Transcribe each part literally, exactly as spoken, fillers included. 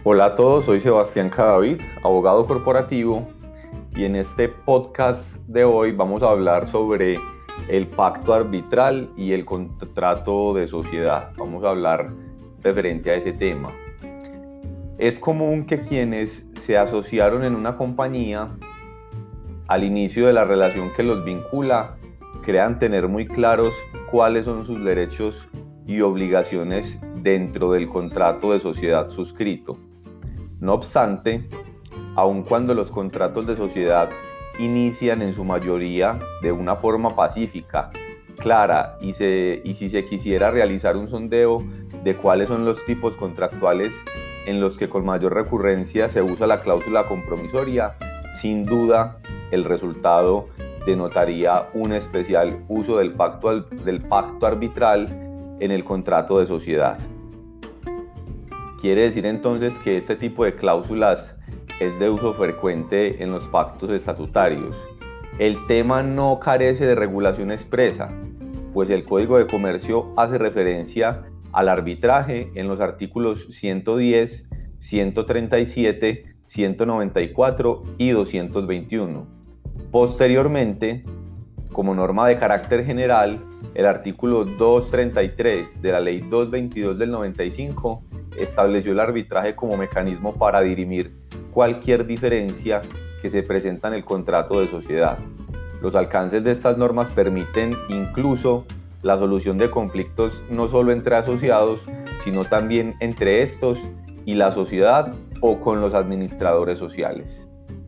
Hola a todos, soy Sebastián Cadavid, abogado corporativo, y en este podcast de hoy vamos a hablar sobre el pacto arbitral y el contrato de sociedad. Vamos a hablar referente a ese tema. Es común que quienes se asociaron en una compañía, al inicio de la relación que los vincula, crean tener muy claros cuáles son sus derechos y obligaciones dentro del contrato de sociedad suscrito. No obstante, aun cuando los contratos de sociedad inician en su mayoría de una forma pacífica, clara, y, se, y si se quisiera realizar un sondeo de cuáles son los tipos contractuales en los que con mayor recurrencia se usa la cláusula compromisoria, sin duda el resultado denotaría un especial uso del pacto, del pacto arbitral en el contrato de sociedad. Quiere decir entonces que este tipo de cláusulas es de uso frecuente en los pactos estatutarios. El tema no carece de regulación expresa, pues el Código de Comercio hace referencia al arbitraje en los artículos ciento diez, ciento treinta y siete, ciento noventa y cuatro y doscientos veintiuno. Posteriormente, como norma de carácter general, el artículo doscientos treinta y tres de la Ley doscientos veintidós del noventa y cinco estableció el arbitraje como mecanismo para dirimir cualquier diferencia que se presenta en el contrato de sociedad. Los alcances de estas normas permiten incluso la solución de conflictos no solo entre asociados, sino también entre estos y la sociedad o con los administradores sociales.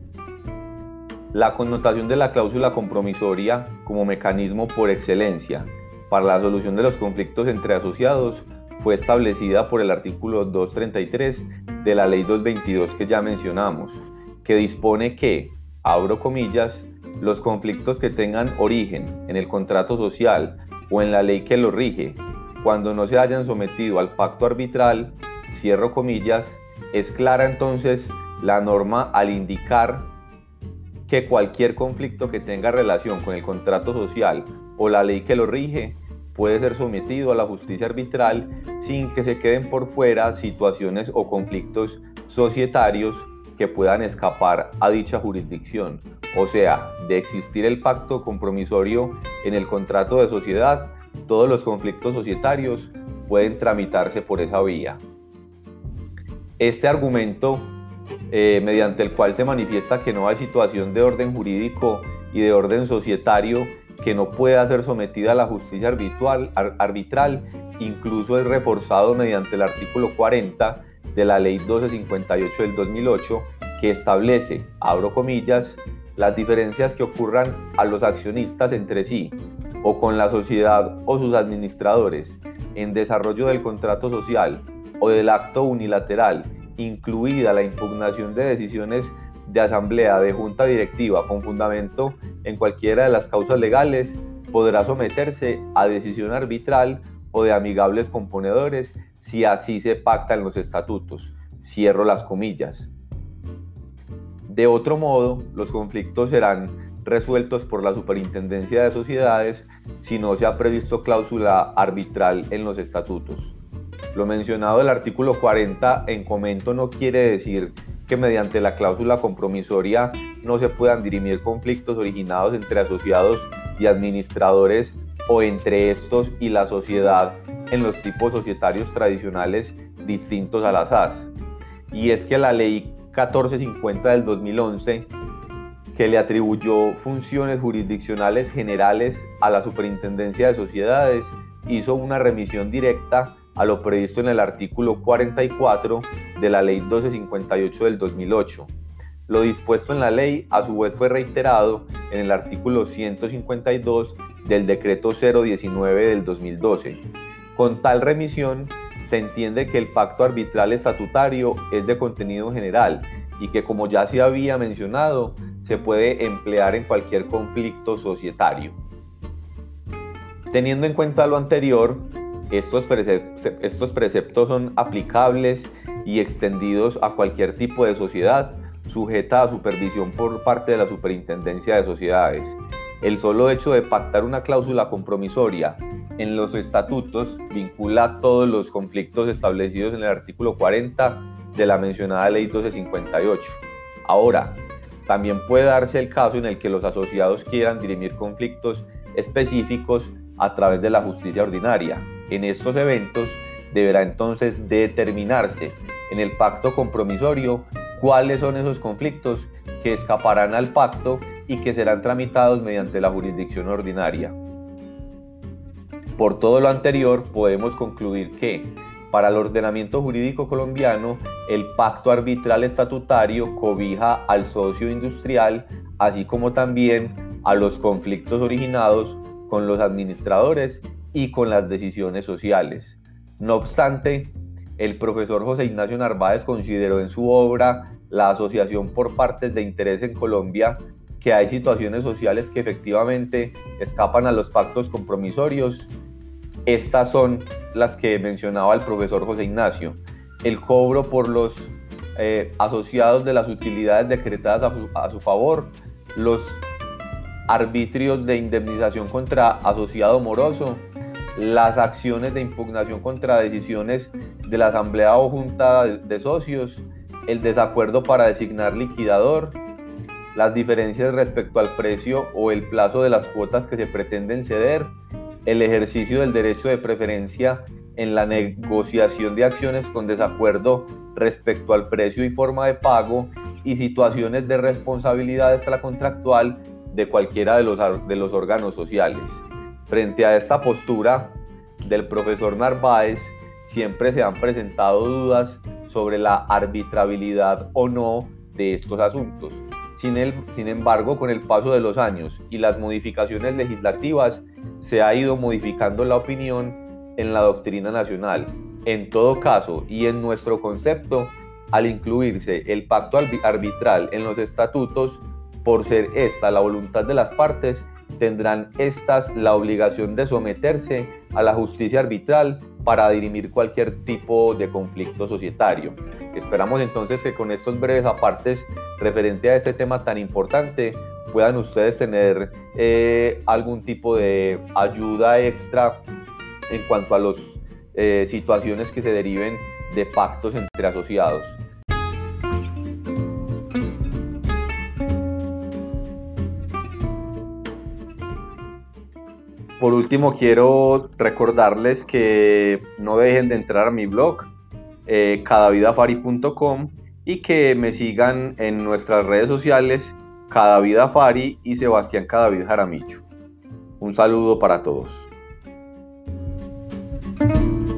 La connotación de la cláusula compromisoria como mecanismo por excelencia para la solución de los conflictos entre asociados fue establecida por el artículo doscientos treinta y tres de la Ley doscientos veintidós que ya mencionamos, que dispone que, abro comillas, los conflictos que tengan origen en el contrato social o en la ley que lo rige, cuando no se hayan sometido al pacto arbitral, cierro comillas, es clara entonces la norma al indicar que cualquier conflicto que tenga relación con el contrato social o la ley que lo rige puede ser sometido a la justicia arbitral sin que se queden por fuera situaciones o conflictos societarios que puedan escapar a dicha jurisdicción. O sea, de existir el pacto compromisorio en el contrato de sociedad, todos los conflictos societarios pueden tramitarse por esa vía. Este argumento, eh, mediante el cual se manifiesta que no hay situación de orden jurídico y de orden societario que no pueda ser sometida a la justicia arbitral, arbitral, incluso es reforzado mediante el artículo cuarenta de la Ley doscientos cincuenta y ocho del dos mil ocho, que establece, abro comillas, las diferencias que ocurran a los accionistas entre sí o con la sociedad o sus administradores en desarrollo del contrato social o del acto unilateral, incluida la impugnación de decisiones de asamblea de junta directiva con fundamento en cualquiera de las causas legales, podrá someterse a decisión arbitral o de amigables componedores si así se pacta en los estatutos. Cierro las comillas. De otro modo, los conflictos serán resueltos por la Superintendencia de Sociedades si no se ha previsto cláusula arbitral en los estatutos. Lo mencionado del artículo cuarenta en comento no quiere decir que mediante la cláusula compromisoria no se puedan dirimir conflictos originados entre asociados y administradores o entre estos y la sociedad en los tipos societarios tradicionales distintos a las A S. Y es que la Ley catorce cincuenta del dos mil once, que le atribuyó funciones jurisdiccionales generales a la Superintendencia de Sociedades, hizo una remisión directa a lo previsto en el artículo cuarenta y cuatro de la Ley doscientos cincuenta y ocho del dos mil ocho. Lo dispuesto en la ley a su vez fue reiterado en el artículo ciento cincuenta y dos del decreto cero diecinueve del dos mil doce. Con tal remisión se entiende que el pacto arbitral estatutario es de contenido general y que, como ya se había mencionado, se puede emplear en cualquier conflicto societario. Teniendo en cuenta lo anterior, Estos preceptos, estos preceptos son aplicables y extendidos a cualquier tipo de sociedad sujeta a supervisión por parte de la Superintendencia de Sociedades. El solo hecho de pactar una cláusula compromisoria en los estatutos vincula todos los conflictos establecidos en el artículo cuarenta de la mencionada Ley doce cincuenta y ocho. Ahora, también puede darse el caso en el que los asociados quieran dirimir conflictos específicos a través de la justicia ordinaria. En estos eventos deberá entonces determinarse en el pacto compromisorio cuáles son esos conflictos que escaparán al pacto y que serán tramitados mediante la jurisdicción ordinaria. Por todo lo anterior, podemos concluir que, para el ordenamiento jurídico colombiano, el pacto arbitral estatutario cobija al socio industrial, así como también a los conflictos originados con los administradores y con las decisiones sociales. No obstante, el profesor José Ignacio Narváez consideró en su obra La asociación por partes de interés en Colombia que hay situaciones sociales que efectivamente escapan a los pactos compromisorios. Estas son las que mencionaba el profesor José Ignacio: el cobro por los eh, asociados de las utilidades decretadas a su, a su favor, los arbitrios de indemnización contra asociado moroso, las acciones de impugnación contra decisiones de la asamblea o junta de, de socios, el desacuerdo para designar liquidador, las diferencias respecto al precio o el plazo de las cuotas que se pretenden ceder, el ejercicio del derecho de preferencia en la negociación de acciones con desacuerdo respecto al precio y forma de pago, y situaciones de responsabilidad extracontractual de cualquiera de los, de los órganos sociales. Frente a esta postura del profesor Narváez, siempre se han presentado dudas sobre la arbitrabilidad o no de estos asuntos. Sin, el, sin embargo, con el paso de los años y las modificaciones legislativas, se ha ido modificando la opinión en la doctrina nacional. En todo caso, y en nuestro concepto, al incluirse el pacto arbitral en los estatutos, por ser esta la voluntad de las partes, tendrán estas la obligación de someterse a la justicia arbitral para dirimir cualquier tipo de conflicto societario. Esperamos entonces que con estos breves apartes referente a este tema tan importante puedan ustedes tener eh, algún tipo de ayuda extra en cuanto a las eh, situaciones que se deriven de pactos entre asociados. Por último, quiero recordarles que no dejen de entrar a mi blog, eh, cadavidafari punto com, y que me sigan en nuestras redes sociales, Cadavidafari y Sebastián Cadavid Jaramillo. Un saludo para todos.